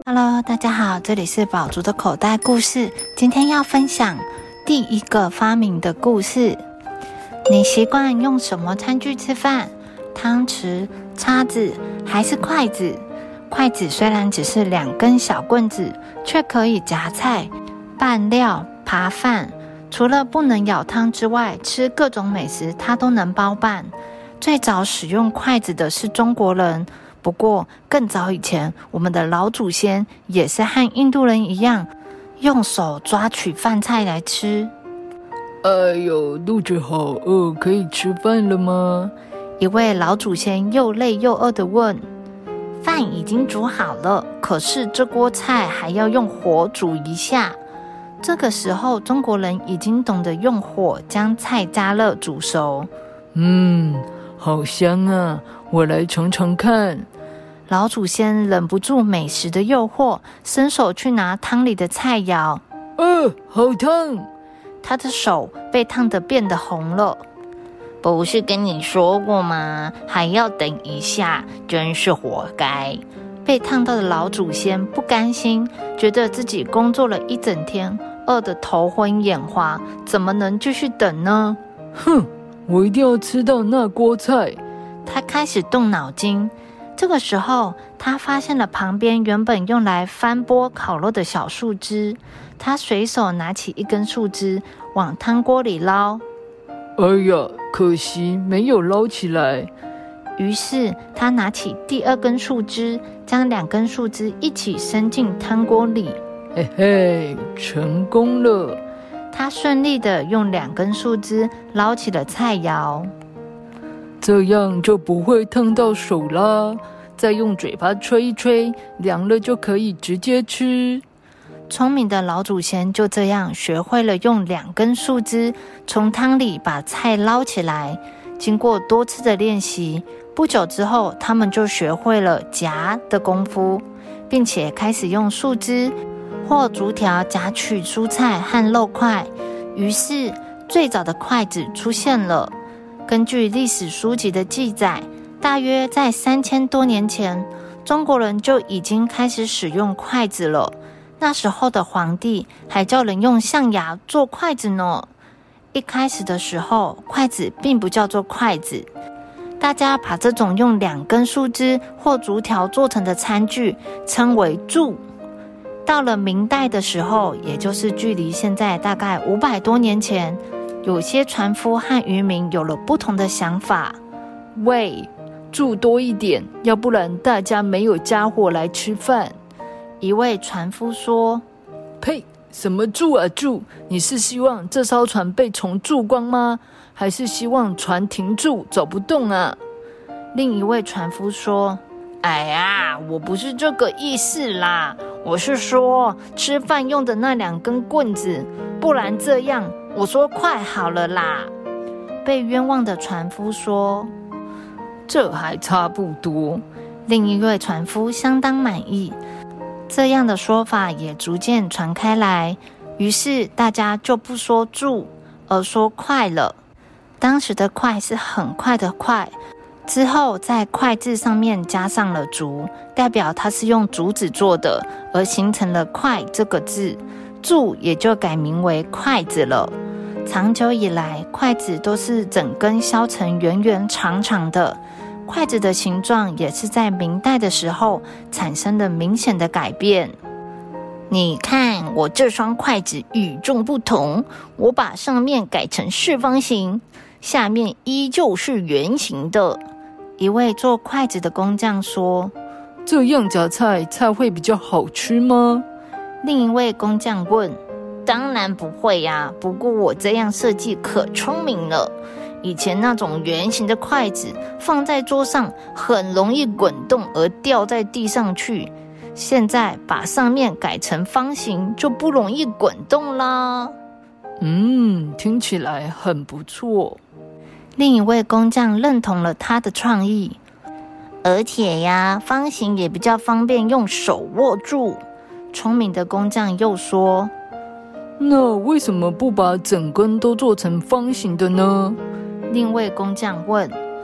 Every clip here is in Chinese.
Hello， 大家好，这里是宝竹的口袋故事。今天要分享第一个发明的故事。你习惯用什么餐具吃饭？汤匙、叉子还是筷子？筷子虽然只是2根小棍子，却可以夹菜、拌料、扒饭。除了不能舀汤之外，吃各种美食它都能包办。最早使用筷子的是中国人，不过更早以前，我们的老祖先也是和印度人一样，用手抓取饭菜来吃。 哎呦，肚子好饿，可以吃饭了吗？ 一位老祖先又累又饿地问。饭已经煮好了，可是这锅菜还要用火煮一下。这个时候，中国人已经懂得用火将菜加热煮熟。 好香啊，我来尝尝看。 老祖先忍不住美食的诱惑，伸手去拿汤里的菜肴。 好烫！ 他的手被烫得变得红了。不是跟你说过吗？还要等一下，真是活该。被烫到的老祖先不甘心，觉得自己工作了一整天，饿得头昏眼花，怎么能继续等呢？ 我一定要吃到那锅菜。 他开始动脑筋。这个时候，他发现了旁边原本用来翻锅烤肉的小树枝。他随手拿起一根树枝，往汤锅里捞。 哎呀，可惜没有捞起来。 于是他拿起第2根树枝，将2根树枝一起伸进汤锅里。 嘿嘿，成功了！ 他顺利地用2根树枝捞起了菜肴。 这样就不会烫到手啦。再用嘴巴吹一吹，凉了就可以直接吃。 聪明的老祖先就这样学会了用2根树枝从汤里把菜捞起来。经过多次的练习，不久之后，他们就学会了夹的功夫，并且开始用树枝或竹条夹取蔬菜和肉块。于是，最早的筷子出现了。根据历史书籍的记载，大约在3000多年前，中国人就已经开始使用筷子了。那时候的皇帝还叫人用象牙做筷子呢。一开始的时候，筷子并不叫做筷子，大家把这种用2根树枝或竹条做成的餐具称为箸。到了明代的时候，也就是距离现在大概500多年前，有些船夫和渔民有了不同的想法。 喂，箸多一点，要不然大家没有家伙来吃饭。 一位船夫说： 呸，什么箸啊箸？你是希望这艘船被虫蛀光吗？还是希望船停住走不动啊？ 另一位船夫说：哎呀，我不是这个意思啦，我是说吃饭用的那2根棍子，不然这样，我说快好了啦。被冤枉的船夫说： 这还差不多。 另一位船夫相当满意。这样的说法也逐渐传开来，于是大家就不说箸，而说快了。当时的快是很快的快，之后在筷字上面加上了竹，代表它是用竹子做的，而形成了快这个字，箸也就改名为筷子了。长久以来，筷子都是整根削成圆圆长长的。筷子的形状也是在明代的时候产生了明显的改变。你看我这双筷子与众不同，我把上面改成四方形，下面依旧是圆形的。一位做筷子的工匠说： 这样夹菜会比较好吃吗？ 另一位工匠问：当然不会呀，不过我这样设计可聪明了。以前那种圆形的筷子放在桌上很容易滚动而掉在地上去，现在把上面改成方形就不容易滚动啦。 听起来很不错。 另一位工匠认同了他的创意。而且呀，方形也比较方便用手握住。聪明的工匠又说： 那为什么不把整根都做成方形的呢？ 另一位工匠问：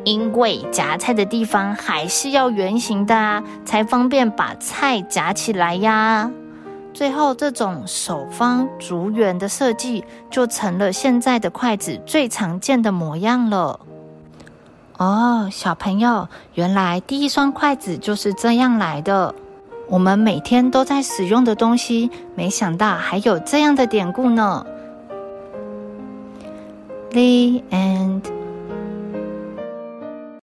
因为夹菜的地方还是要圆形的啊，才方便把菜夹起来呀。最后，这种手方竹圆的设计就成了现在的筷子最常见的模样了。哦，小朋友，原来第一双筷子就是这样来的。我们每天都在使用的东西，没想到还有这样的典故呢。The end.